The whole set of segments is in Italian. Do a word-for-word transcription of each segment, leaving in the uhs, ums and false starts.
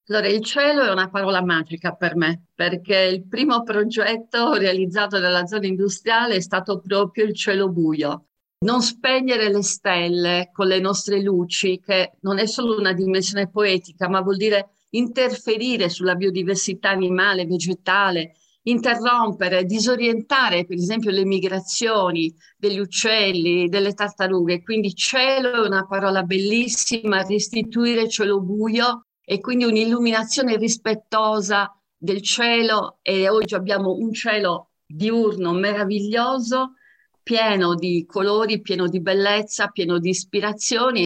Allora, il cielo è una parola magica per me, perché il primo progetto realizzato nella zona industriale è stato proprio il cielo buio. Non spegnere le stelle con le nostre luci, che non è solo una dimensione poetica, ma vuol dire interferire sulla biodiversità animale, vegetale, interrompere, disorientare, per esempio, le migrazioni degli uccelli, delle tartarughe. Quindi cielo è una parola bellissima, restituire cielo buio e quindi un'illuminazione rispettosa del cielo, e oggi abbiamo un cielo diurno meraviglioso, pieno di colori, pieno di bellezza, pieno di ispirazioni.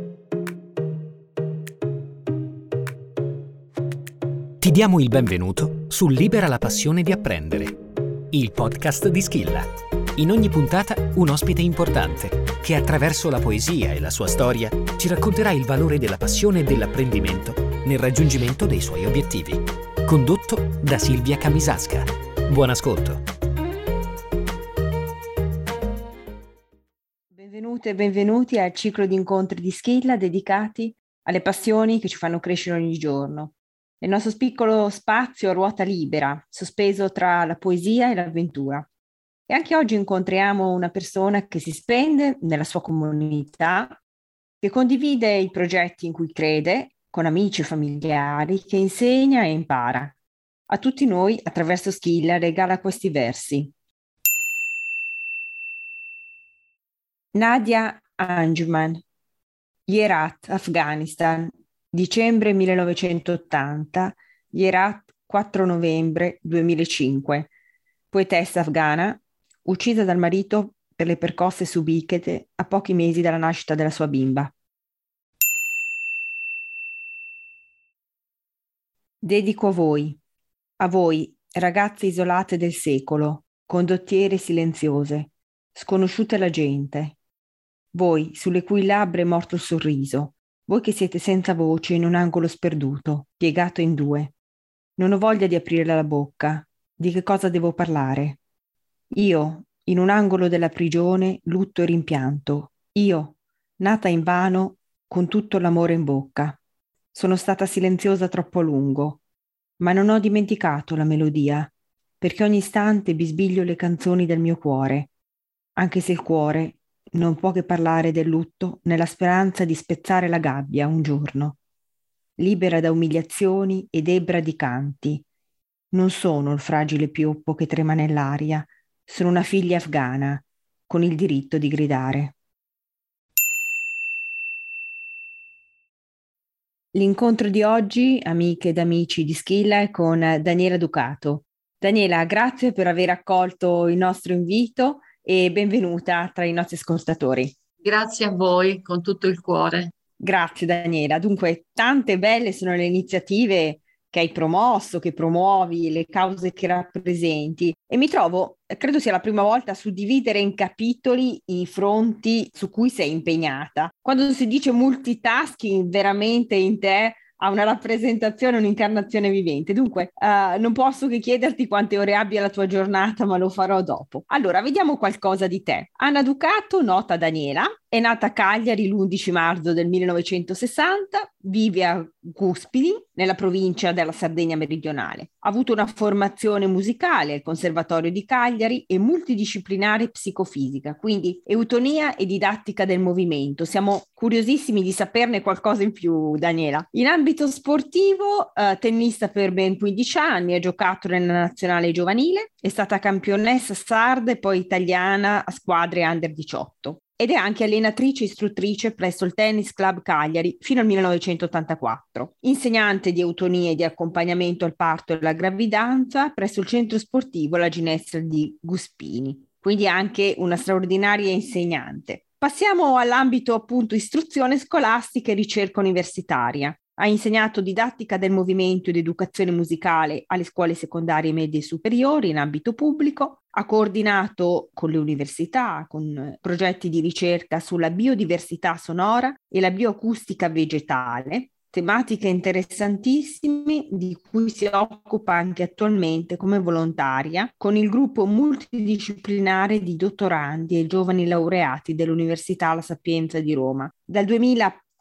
Ti diamo il benvenuto su Libera la passione di apprendere, il podcast di Schilla. In ogni puntata un ospite importante che attraverso la poesia e la sua storia ci racconterà il valore della passione e dell'apprendimento nel raggiungimento dei suoi obiettivi. Condotto da Silvia Camisasca. Buon ascolto. Benvenute e benvenuti al ciclo di incontri di Schilla dedicati alle passioni che ci fanno crescere ogni giorno. Nel nostro piccolo spazio a ruota libera, sospeso tra la poesia e l'avventura. E anche oggi incontriamo una persona che si spende nella sua comunità, che condivide i progetti in cui crede, con amici e familiari, che insegna e impara. A tutti noi, attraverso Schilla, regala questi versi. Nadia Anjuman, Herat, Afghanistan, dicembre millenovecentottanta, Herat, quattro novembre duemilacinque. Poetessa afghana, uccisa dal marito per le percosse subite a pochi mesi dalla nascita della sua bimba. Dedico a voi, a voi, ragazze isolate del secolo, condottiere silenziose, sconosciute alla gente. Voi, sulle cui labbra è morto il sorriso, voi che siete senza voce in un angolo sperduto, piegato in due. Non ho voglia di aprire la bocca. Di che cosa devo parlare? Io, in un angolo della prigione, lutto e rimpianto. Io, nata invano, con tutto l'amore in bocca. Sono stata silenziosa troppo a lungo, ma non ho dimenticato la melodia, perché ogni istante bisbiglio le canzoni del mio cuore, anche se il cuore non può che parlare del lutto nella speranza di spezzare la gabbia un giorno. Libera da umiliazioni ed ebbra di canti. Non sono il fragile pioppo che trema nell'aria, sono una figlia afghana, con il diritto di gridare. L'incontro di oggi, amiche ed amici di Schilla, è con Daniela Ducato. Daniela, grazie per aver accolto il nostro invito e benvenuta tra i nostri ascoltatori. Grazie a voi con tutto il cuore. Grazie Daniela. Dunque, tante belle sono le iniziative che hai promosso, che promuovi, le cause che rappresenti e mi trovo, credo sia la prima volta, a suddividere in capitoli i fronti su cui sei impegnata. Quando si dice multitasking, veramente in te ha una rappresentazione, un'incarnazione vivente. Dunque, uh, non posso che chiederti quante ore abbia la tua giornata, ma lo farò dopo. Allora, vediamo qualcosa di te. Anna Ducato, nota Daniela, è nata a Cagliari l'undici marzo del millenovecentosessanta, vive a Cuspidi, nella provincia della Sardegna meridionale. Ha avuto una formazione musicale al Conservatorio di Cagliari e multidisciplinare psicofisica, quindi eutonia e didattica del movimento. Siamo curiosissimi di saperne qualcosa in più, Daniela. In ambito sportivo, eh, tennista per ben quindici anni, ha giocato nella nazionale giovanile, è stata campionessa sarda e poi italiana a squadre under diciotto. Ed è anche allenatrice e istruttrice presso il Tennis Club Cagliari fino al millenovecentottantaquattro. Insegnante di eutonia e di accompagnamento al parto e alla gravidanza presso il centro sportivo La Ginestra di Guspini. Quindi anche una straordinaria insegnante. Passiamo all'ambito appunto istruzione scolastica e ricerca universitaria. Ha insegnato didattica del movimento ed educazione musicale alle scuole secondarie, medie e superiori in ambito pubblico. Ha coordinato con le università, con progetti di ricerca sulla biodiversità sonora e la bioacustica vegetale, tematiche interessantissime di cui si occupa anche attualmente come volontaria con il gruppo multidisciplinare di dottorandi e giovani laureati dell'Università La Sapienza di Roma. Dal duemila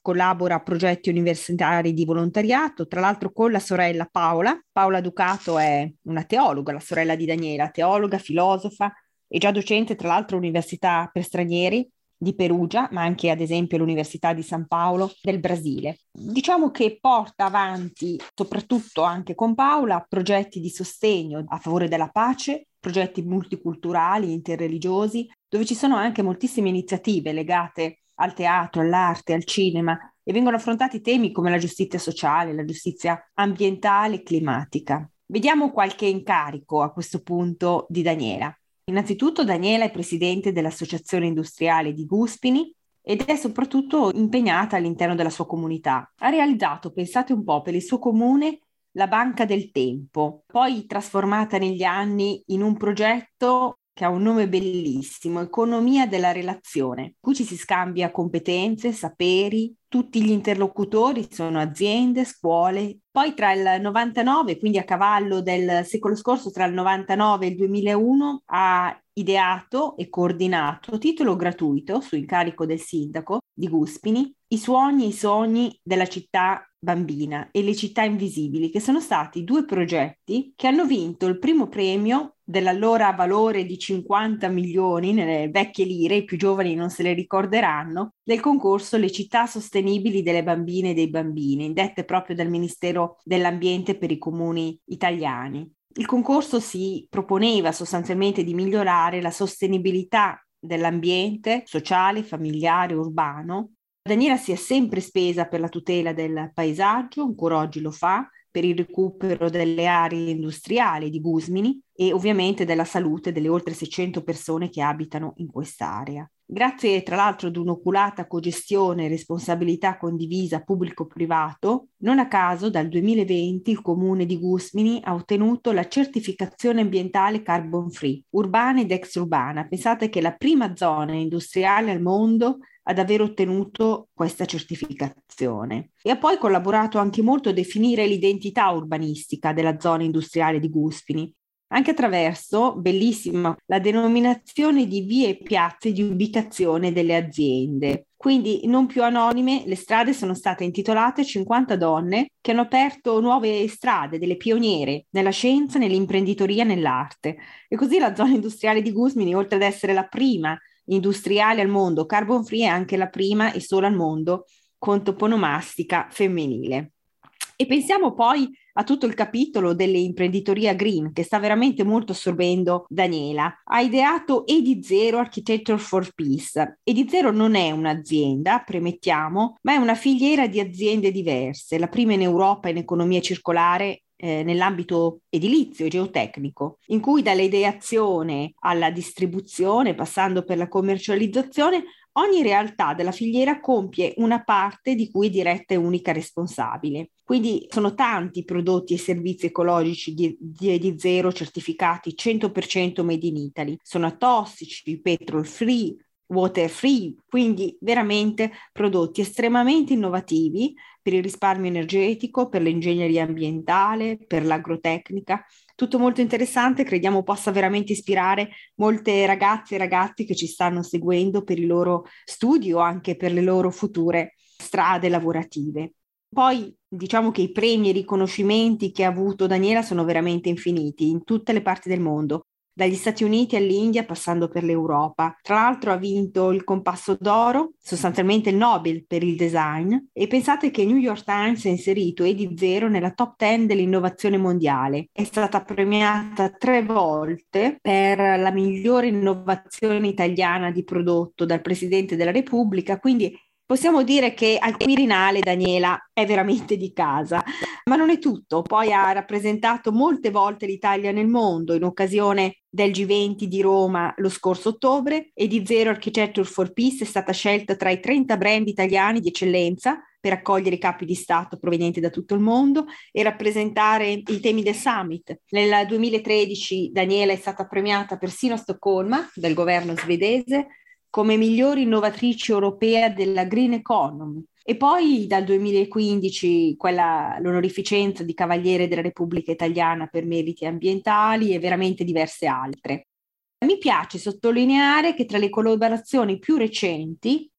collabora a progetti universitari di volontariato, tra l'altro con la sorella Paola. Paola Ducato è una teologa, la sorella di Daniela, teologa, filosofa e già docente tra l'altro all'Università per Stranieri di Perugia, ma anche ad esempio all'Università di San Paolo del Brasile. Diciamo che porta avanti, soprattutto anche con Paola, progetti di sostegno a favore della pace, progetti multiculturali, interreligiosi, dove ci sono anche moltissime iniziative legate al teatro, all'arte, al cinema e vengono affrontati temi come la giustizia sociale, la giustizia ambientale e climatica. Vediamo qualche incarico a questo punto di Daniela. Innanzitutto Daniela è presidente dell'Associazione Industriale di Guspini ed è soprattutto impegnata all'interno della sua comunità. Ha realizzato, pensate un po', per il suo comune la Banca del Tempo, poi trasformata negli anni in un progetto che ha un nome bellissimo, Economia della Relazione. Qui ci si scambia competenze, saperi, tutti gli interlocutori sono aziende, scuole. Poi tra il novantanove, quindi a cavallo del secolo scorso, tra il novantanove e il duemilauno, ha ideato e coordinato a titolo gratuito, su incarico del sindaco di Guspini, I suoni e i sogni della città bambina e le città invisibili, che sono stati due progetti che hanno vinto il primo premio dell'allora valore di cinquanta milioni nelle vecchie lire, i più giovani non se le ricorderanno, del concorso Le città sostenibili delle bambine e dei bambini, indette proprio dal Ministero dell'Ambiente per i comuni italiani. Il concorso si proponeva sostanzialmente di migliorare la sostenibilità dell'ambiente sociale, familiare, urbano. Daniela si è sempre spesa per la tutela del paesaggio, ancora oggi lo fa, per il recupero delle aree industriali di Gusmini e ovviamente della salute delle oltre seicento persone che abitano in quest'area. Grazie tra l'altro ad un'oculata cogestione e responsabilità condivisa pubblico-privato, non a caso dal duemilaventi il comune di Gusmini ha ottenuto la certificazione ambientale carbon free, urbana ed extraurbana. Pensate che è la prima zona industriale al mondo ad aver ottenuto questa certificazione. E ha poi collaborato anche molto a definire l'identità urbanistica della zona industriale di Guspini, anche attraverso, bellissima, la denominazione di vie e piazze di ubicazione delle aziende. Quindi non più anonime, le strade sono state intitolate a cinquanta donne che hanno aperto nuove strade, delle pioniere nella scienza, nell'imprenditoria, nell'arte. E così la zona industriale di Gusmini, oltre ad essere la prima industriale al mondo carbon free, è anche la prima e sola al mondo con toponomastica femminile. E pensiamo poi a tutto il capitolo dell'imprenditoria green che sta veramente molto assorbendo Daniela. Ha ideato EdiZero Architecture for Peace. EdiZero non è un'azienda, premettiamo, ma è una filiera di aziende diverse, la prima in Europa in economia circolare eh, nell'ambito edilizio e geotecnico, in cui dalle ideazione alla distribuzione, passando per la commercializzazione, ogni realtà della filiera compie una parte di cui è diretta e unica responsabile. Quindi sono tanti prodotti e servizi ecologici di, di EdiZero certificati cento per cento made in Italy. Sono atossici, petrol free, water free, quindi veramente prodotti estremamente innovativi per il risparmio energetico, per l'ingegneria ambientale, per l'agrotecnica. Tutto molto interessante, crediamo possa veramente ispirare molte ragazze e ragazzi che ci stanno seguendo per i loro studi o anche per le loro future strade lavorative. Poi diciamo che i premi e i riconoscimenti che ha avuto Daniela sono veramente infiniti in tutte le parti del mondo, dagli Stati Uniti all'India passando per l'Europa. Tra l'altro ha vinto il Compasso d'Oro, sostanzialmente il Nobel per il design, e pensate che il New York Times ha inserito EdiZero nella top dieci dell'innovazione mondiale. È stata premiata tre volte per la migliore innovazione italiana di prodotto dal Presidente della Repubblica, quindi possiamo dire che al Quirinale Daniela è veramente di casa, ma non è tutto. Poi ha rappresentato molte volte l'Italia nel mondo in occasione del G venti di Roma lo scorso ottobre. EdiZero Architecture for Peace è stata scelta tra i trenta brand italiani di eccellenza per accogliere i capi di Stato provenienti da tutto il mondo e rappresentare i temi del summit. Nel duemilatredici Daniela è stata premiata persino a Stoccolma dal governo svedese come migliori innovatrici europea della Green Economy, e poi dal duemilaquindici quella, l'onorificenza di Cavaliere della Repubblica Italiana per meriti ambientali e veramente diverse altre. Mi piace sottolineare che tra le collaborazioni più recenti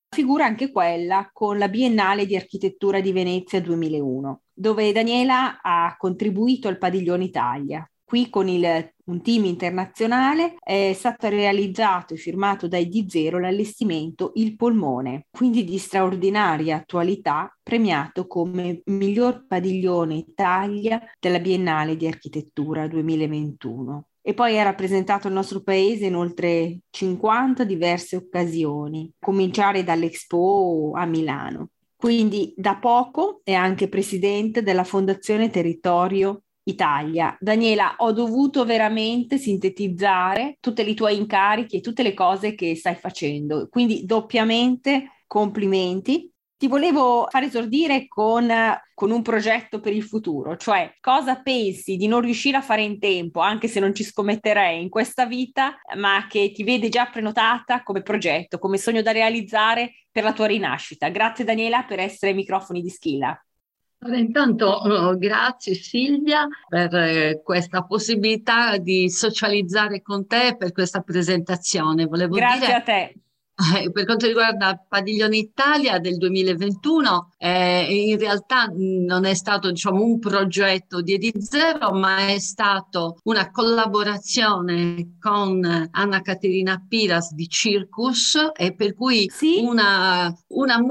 figura anche quella con la Biennale di Architettura di Venezia duemilauno, dove Daniela ha contribuito al Padiglione Italia. Qui con il, un team internazionale è stato realizzato e firmato dai D zero l'allestimento Il Polmone, quindi di straordinaria attualità, premiato come miglior padiglione Italia della Biennale di Architettura duemilaventuno. E poi ha rappresentato il nostro paese in oltre cinquanta diverse occasioni, a cominciare dall'Expo a Milano. Quindi da poco è anche presidente della Fondazione Territorio Italia. Daniela, ho dovuto veramente sintetizzare tutti i tuoi incarichi e tutte le cose che stai facendo, quindi doppiamente complimenti. Ti volevo far esordire con, con un progetto per il futuro, cioè cosa pensi di non riuscire a fare in tempo, anche se non ci scommetterei in questa vita, ma che ti vede già prenotata come progetto, come sogno da realizzare per la tua rinascita. Grazie Daniela per essere ai microfoni di Schilla. Allora, intanto oh, grazie Silvia per eh, questa possibilità di socializzare con te per questa presentazione. Volevo Grazie dire, a te. Eh, per quanto riguarda Padiglione Italia del duemilaventuno, eh, in realtà mh, non è stato, diciamo, un progetto di Edi Zero, ma è stato una collaborazione con Anna Caterina Piras di Circus, e per cui Sì? una, una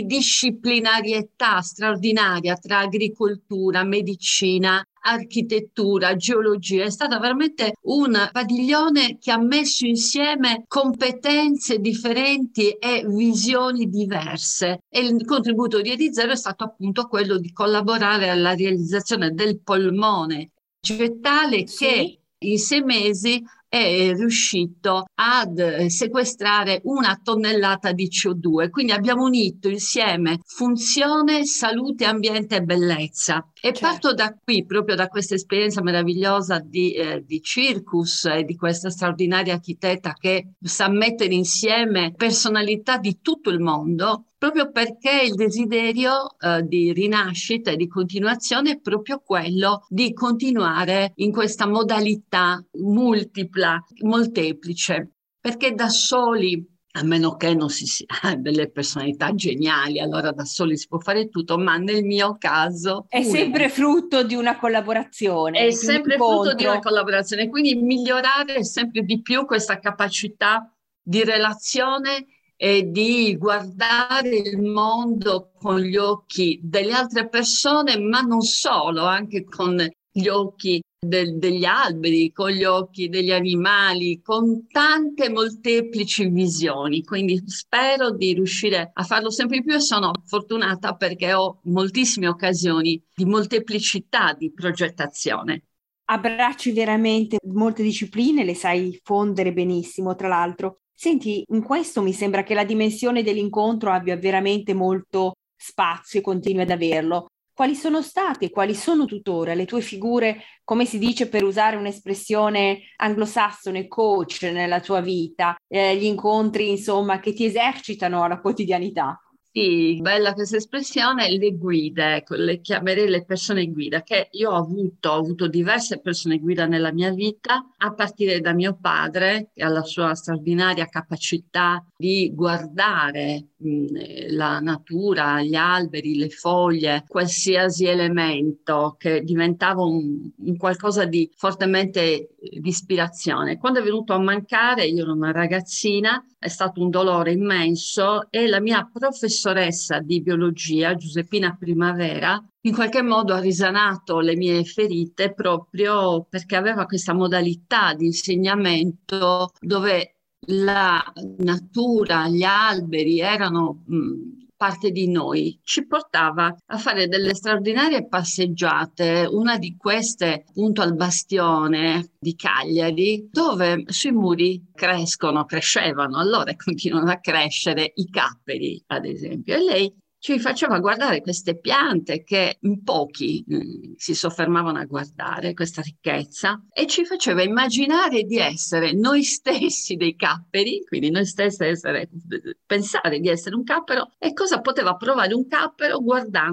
multidisciplinarietà straordinaria tra agricoltura, medicina, architettura, geologia. È stato veramente un padiglione che ha messo insieme competenze differenti e visioni diverse, e il contributo di Edi Zero è stato appunto quello di collaborare alla realizzazione del polmone vegetale Sì. che in sei mesi è riuscito ad sequestrare una tonnellata di C O due. Quindi abbiamo unito insieme funzione, salute, ambiente e bellezza. E Certo. parto da qui, proprio da questa esperienza meravigliosa di, eh, di Circus e di questa straordinaria architetta che sa mettere insieme personalità di tutto il mondo, proprio perché il desiderio eh, di rinascita e di continuazione è proprio quello di continuare in questa modalità multipla, molteplice, perché da soli, a meno che non si sia delle personalità geniali, allora da soli si può fare tutto, ma nel mio caso È sempre frutto di una collaborazione, è di un sempre frutto di una incontro. collaborazione, quindi migliorare sempre di più questa capacità di relazione e di guardare il mondo con gli occhi delle altre persone, ma non solo, anche con gli occhi del- degli alberi, con gli occhi degli animali, con tante molteplici visioni. Quindi spero di riuscire a farlo sempre di più, e sono fortunata perché ho moltissime occasioni di molteplicità di progettazione. Abbracci veramente molte discipline, le sai fondere benissimo, tra l'altro. Senti, in questo mi sembra che la dimensione dell'incontro abbia veramente molto spazio e continui ad averlo. Quali sono state, quali sono tuttora le tue figure, come si dice per usare un'espressione anglosassone, coach nella tua vita, eh, gli incontri, insomma, che ti esercitano alla quotidianità? Sì, bella questa espressione, le guide, ecco, le chiamerei le persone guida, che io ho avuto, ho avuto diverse persone guida nella mia vita, a partire da mio padre, che ha la sua straordinaria capacità di guardare mh, la natura, gli alberi, le foglie, qualsiasi elemento, che diventava un, un qualcosa di fortemente di ispirazione. Quando è venuto a mancare, io ero una ragazzina, è stato un dolore immenso, e la mia professoressa di biologia, Giuseppina Primavera, in qualche modo ha risanato le mie ferite proprio perché aveva questa modalità di insegnamento dove la natura, gli alberi erano mh, parte di noi, ci portava a fare delle straordinarie passeggiate, una di queste appunto al Bastione di Cagliari, dove sui muri crescono, crescevano, allora continuano a crescere i capperi, ad esempio, e lei ci faceva guardare queste piante che in pochi mh, si soffermavano a guardare, questa ricchezza, e ci faceva immaginare di essere noi stessi dei capperi, quindi noi stessi essere, pensare di essere un cappero, e cosa poteva provare un cappero guardando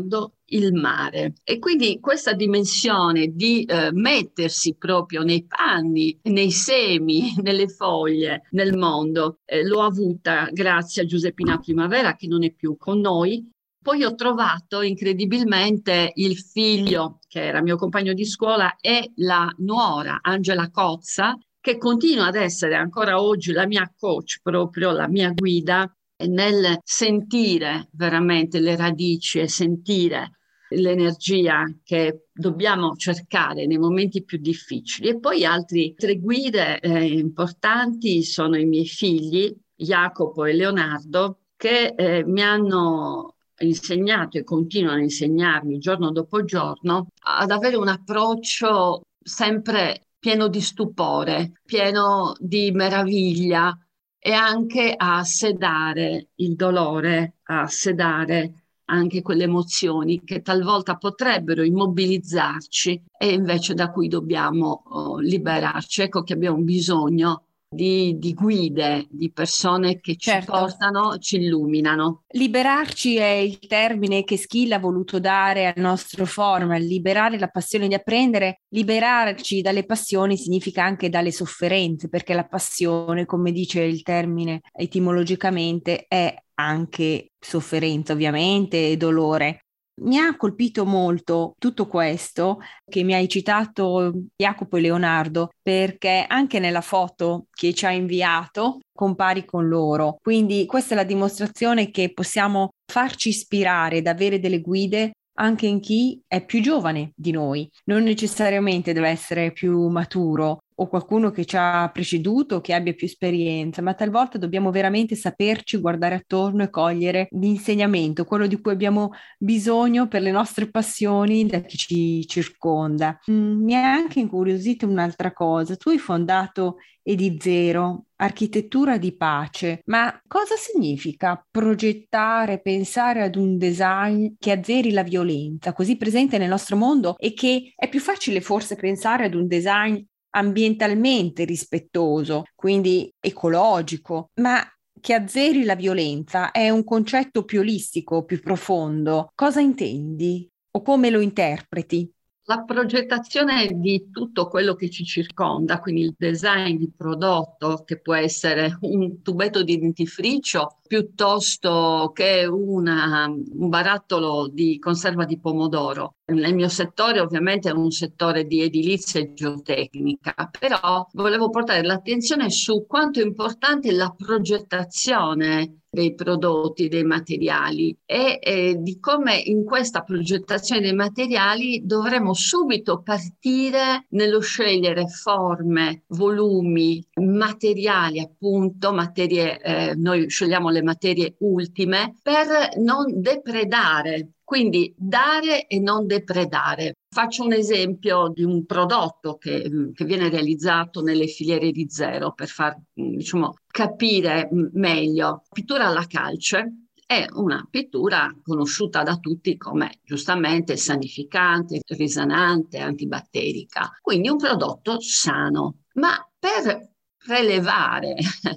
il mare. E quindi questa dimensione di eh, mettersi proprio nei panni, nei semi, nelle foglie, nel mondo, eh, l'ho avuta grazie a Giuseppina Primavera, che non è più con noi. Poi ho trovato incredibilmente il figlio, che era mio compagno di scuola, e la nuora, Angela Cozza, che continua ad essere ancora oggi la mia coach, proprio la mia guida, nel sentire veramente le radici e sentire l'energia che dobbiamo cercare nei momenti più difficili. E poi altre tre guide eh, importanti sono i miei figli, Jacopo e Leonardo, che eh, mi hanno insegnato e continuano a insegnarmi giorno dopo giorno ad avere un approccio sempre pieno di stupore, pieno di meraviglia e anche a sedare il dolore, a sedare anche quelle emozioni che talvolta potrebbero immobilizzarci e invece da cui dobbiamo oh, liberarci. Ecco che abbiamo bisogno di, di guide, di persone che ci Certo. portano, ci illuminano. Liberarci è il termine che Skill ha voluto dare al nostro forum, liberare la passione di apprendere. Liberarci dalle passioni significa anche dalle sofferenze, perché la passione, come dice il termine etimologicamente, è anche sofferenza ovviamente e dolore. Mi ha colpito molto tutto questo che mi hai citato Jacopo e Leonardo, perché anche nella foto che ci ha inviato compari con loro. Quindi questa è la dimostrazione che possiamo farci ispirare ad avere delle guide anche in chi è più giovane di noi. Non necessariamente deve essere più maturo o qualcuno che ci ha preceduto, che abbia più esperienza, ma talvolta dobbiamo veramente saperci guardare attorno e cogliere l'insegnamento, quello di cui abbiamo bisogno per le nostre passioni da chi ci circonda. Mm, mi ha anche incuriosito un'altra cosa. Tu hai fondato Edizero, architettura di pace, ma cosa significa progettare, pensare ad un design che azzeri la violenza, così presente nel nostro mondo, e che è più facile forse pensare ad un design ambientalmente rispettoso, quindi ecologico, ma che azzeri la violenza è un concetto più olistico, più profondo. Cosa intendi o come lo interpreti? La progettazione di tutto quello che ci circonda, quindi il design di prodotto, che può essere un tubetto di dentifricio piuttosto che una, un barattolo di conserva di pomodoro. Nel mio settore ovviamente è un settore di edilizia e geotecnica, però volevo portare l'attenzione su quanto è importante la progettazione dei prodotti, dei materiali e eh, di come in questa progettazione dei materiali dovremo subito partire nello scegliere forme, volumi, materiali, appunto, materie, eh, noi scegliamo le materie ultime per non depredare. Quindi dare e non depredare. Faccio un esempio di un prodotto che, che viene realizzato nelle filiere di zero per far diciamo, capire meglio. Pittura alla calce è una pittura conosciuta da tutti come giustamente sanificante, risanante, antibatterica. Quindi un prodotto sano. Ma per prelevare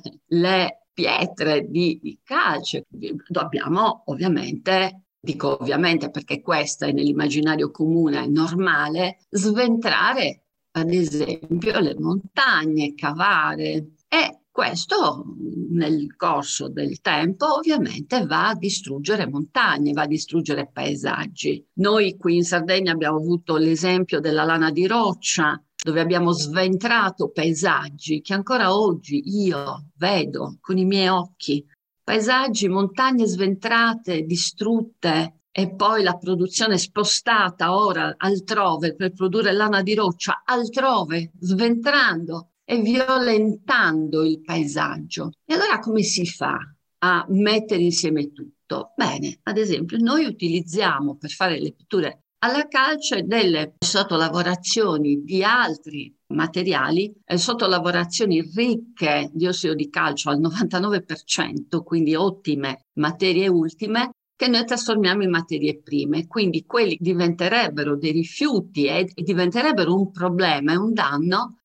le pietre di, di calce dobbiamo ovviamente dico ovviamente perché questo è nell'immaginario comune normale, sventrare ad esempio le montagne, cavare e questo nel corso del tempo ovviamente va a distruggere montagne, va a distruggere paesaggi. Noi qui in Sardegna abbiamo avuto l'esempio della lana di roccia, dove abbiamo sventrato paesaggi che ancora oggi io vedo con i miei occhi. Paesaggi, montagne sventrate, distrutte e poi la produzione spostata ora altrove per produrre lana di roccia altrove, sventrando e violentando il paesaggio. E allora come si fa a mettere insieme tutto? Bene, ad esempio noi utilizziamo per fare le pitture alla calce delle sottolavorazioni di altri materiali, eh, sottolavorazioni ricche di ossido di calcio al novantanove per cento, quindi ottime materie ultime, che noi trasformiamo in materie prime. Quindi quelli diventerebbero dei rifiuti e, e diventerebbero un problema e un danno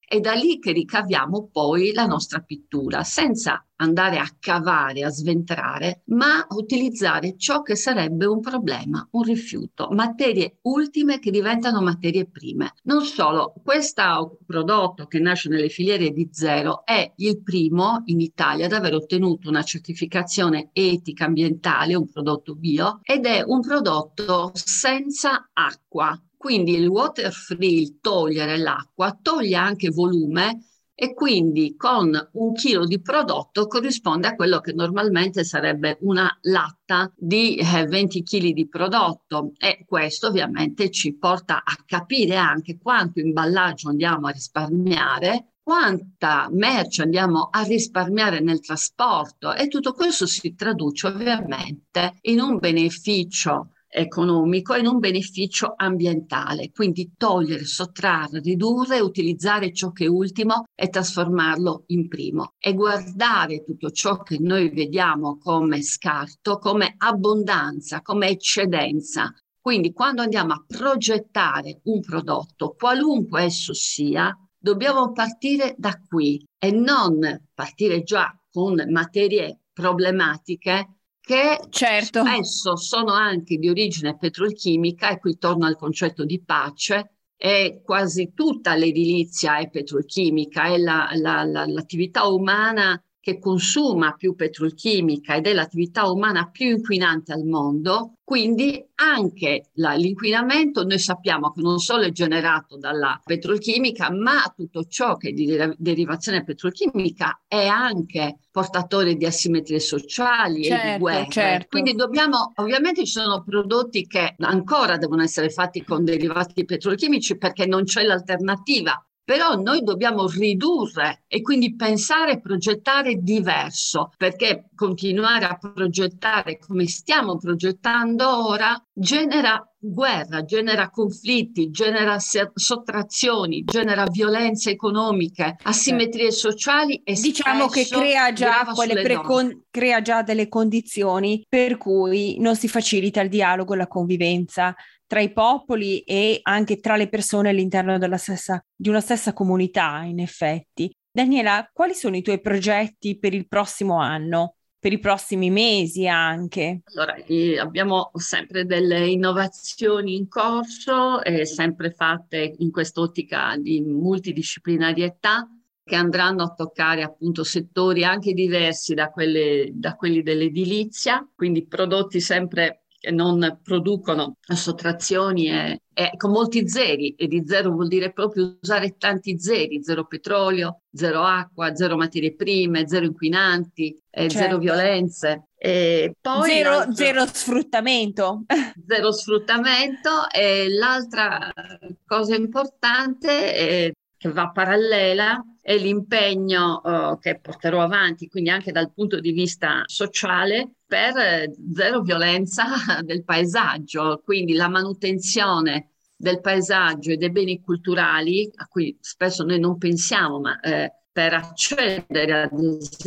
È da lì che ricaviamo poi la nostra pittura, senza andare a cavare, a sventrare, ma utilizzare ciò che sarebbe un problema, un rifiuto, materie ultime che diventano materie prime. Non solo, questo prodotto che nasce nelle filiere di zero è il primo in Italia ad aver ottenuto una certificazione etica ambientale, un prodotto bio, ed è un prodotto senza acqua. Quindi il water free, il togliere l'acqua, toglie anche volume e quindi con un chilo di prodotto corrisponde a quello che normalmente sarebbe una latta di eh, venti chili di prodotto, e questo ovviamente ci porta a capire anche quanto imballaggio andiamo a risparmiare, quanta merce andiamo a risparmiare nel trasporto, e tutto questo si traduce ovviamente in un beneficio economico e in un beneficio ambientale, quindi togliere, sottrarre, ridurre, utilizzare ciò che è ultimo e trasformarlo in primo, e guardare tutto ciò che noi vediamo come scarto, come abbondanza, come eccedenza. Quindi quando andiamo a progettare un prodotto, qualunque esso sia, dobbiamo partire da qui e non partire già con materie problematiche che certo. spesso sono anche di origine petrolchimica, e qui torno al concetto di pace, e quasi tutta l'edilizia è petrolchimica, è la, la, la, l'attività umana che consuma più petrolchimica ed è l'attività umana più inquinante al mondo, quindi anche la, l'inquinamento noi sappiamo che non solo è generato dalla petrolchimica, ma tutto ciò che è di derivazione petrolchimica è anche portatore di asimmetrie sociali certo, e di guerre. Certo. Quindi dobbiamo, ovviamente ci sono prodotti che ancora devono essere fatti con derivati petrolchimici perché non c'è l'alternativa. Però noi dobbiamo ridurre e quindi pensare e progettare diverso, perché continuare a progettare come stiamo progettando ora genera guerra, genera conflitti, genera sottrazioni, genera violenze economiche, asimmetrie sociali e diciamo che crea già, quelle precon- crea già delle condizioni per cui non si facilita il dialogo e la convivenza tra i popoli e anche tra le persone all'interno della stessa, di una stessa comunità, in effetti. Daniela, quali sono i tuoi progetti per il prossimo anno, per i prossimi mesi anche? Allora, eh, abbiamo sempre delle innovazioni in corso, eh, sempre fatte in quest'ottica di multidisciplinarietà, che andranno a toccare appunto settori anche diversi da, quelle, da quelli dell'edilizia, quindi prodotti sempre che non producono sottrazioni e, e con molti zeri, e di zero vuol dire proprio usare tanti zeri: zero petrolio, zero acqua, zero materie prime, zero inquinanti, eh, certo. zero violenze. E poi zero, zero sfruttamento. Zero sfruttamento. E l'altra cosa importante è, che va parallela, è l'impegno uh, che porterò avanti, quindi anche dal punto di vista sociale, per eh, zero violenza del paesaggio, quindi la manutenzione del paesaggio e dei beni culturali, a cui spesso noi non pensiamo, ma eh, per accedere ad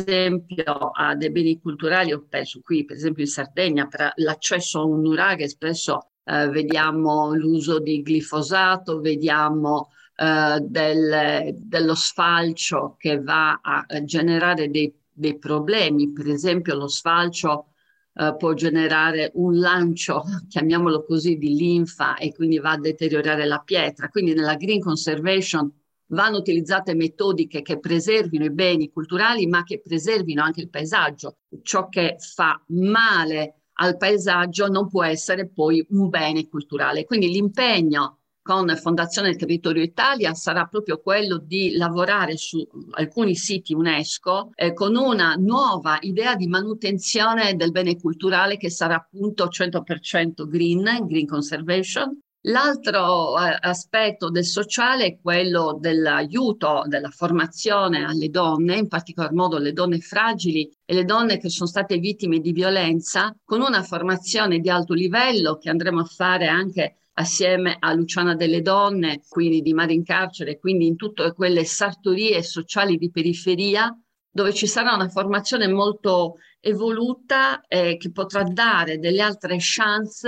esempio a dei beni culturali, ho penso qui per esempio in Sardegna, per l'accesso a un nuraghe spesso eh, vediamo l'uso di glifosato, vediamo Uh, del, dello sfalcio che va a, a generare dei, dei problemi. Per esempio lo sfalcio uh, può generare un lancio, chiamiamolo così, di linfa, e quindi va a deteriorare la pietra. Quindi nella green conservation vanno utilizzate metodiche che preservino i beni culturali ma che preservino anche il paesaggio. Ciò che fa male al paesaggio non può essere poi un bene culturale. Quindi l'impegno con Fondazione Territorio Italia sarà proprio quello di lavorare su alcuni siti UNESCO eh, con una nuova idea di manutenzione del bene culturale che sarà appunto cento per cento green, green conservation. L'altro eh, aspetto del sociale è quello dell'aiuto, della formazione alle donne, in particolar modo le donne fragili e le donne che sono state vittime di violenza, con una formazione di alto livello che andremo a fare anche assieme a Luciana delle Donne, quindi di Mare in Carcere, quindi in tutte quelle sartorie sociali di periferia, dove ci sarà una formazione molto evoluta eh, che potrà dare delle altre chance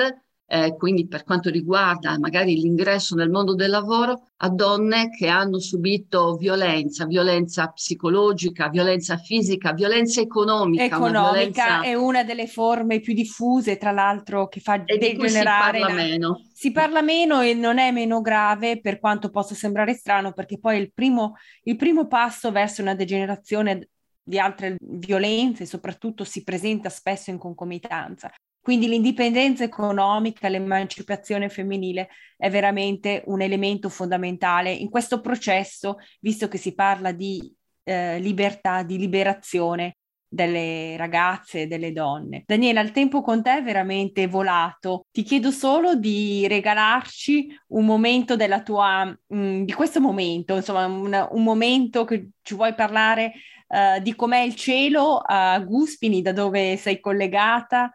eh, quindi per quanto riguarda magari l'ingresso nel mondo del lavoro, a donne che hanno subito violenza, violenza psicologica, violenza fisica, violenza economica, una Economica violenza è una delle forme più diffuse, tra l'altro, che fa e di cui si degenerare parla la... meno. Si parla meno e non è meno grave per quanto possa sembrare strano, perché poi il primo, il primo passo verso una degenerazione di altre violenze, soprattutto, si presenta spesso in concomitanza. Quindi l'indipendenza economica, l'emancipazione femminile è veramente un elemento fondamentale in questo processo, visto che si parla di eh, libertà, di liberazione delle ragazze e delle donne. Daniela, il tempo con te è veramente volato. Ti chiedo solo di regalarci un momento della tua, mh, di questo momento, insomma, un, un momento che ci vuoi parlare uh, di com'è il cielo a Guspini, da dove sei collegata,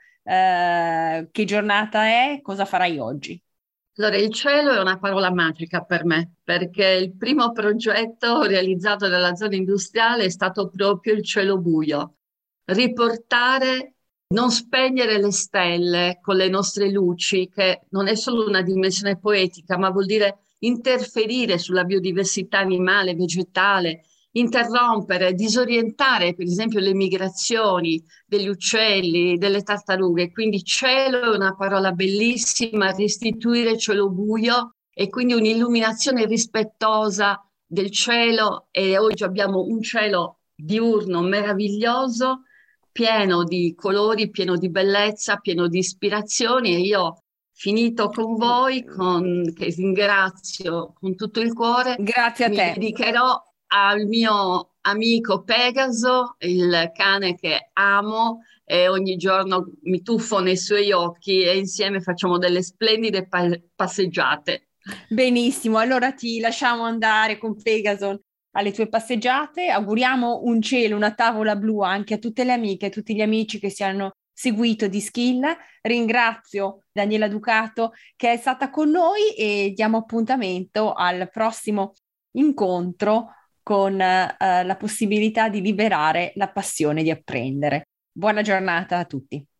uh, che giornata è, cosa farai oggi? Allora, il cielo è una parola magica per me, perché il primo progetto realizzato nella zona industriale è stato proprio il cielo buio. Riportare, non spegnere le stelle con le nostre luci, che non è solo una dimensione poetica, ma vuol dire interferire sulla biodiversità animale, vegetale, interrompere, disorientare, per esempio, le migrazioni degli uccelli, delle tartarughe. Quindi cielo è una parola bellissima, restituire cielo buio e quindi un'illuminazione rispettosa del cielo. E oggi abbiamo un cielo diurno meraviglioso, pieno di colori, pieno di bellezza, pieno di ispirazioni, e io finito con voi, con, che ringrazio con tutto il cuore, Grazie a mi te. dedicherò al mio amico Pegaso, il cane che amo, e ogni giorno mi tuffo nei suoi occhi e insieme facciamo delle splendide pa- passeggiate. Benissimo, allora ti lasciamo andare con Pegason alle tue passeggiate. Auguriamo un cielo, una tavola blu anche a tutte le amiche e tutti gli amici che si hanno seguito di Skill. Ringrazio Daniela Ducato che è stata con noi e diamo appuntamento al prossimo incontro con eh, la possibilità di liberare la passione di apprendere. Buona giornata a tutti.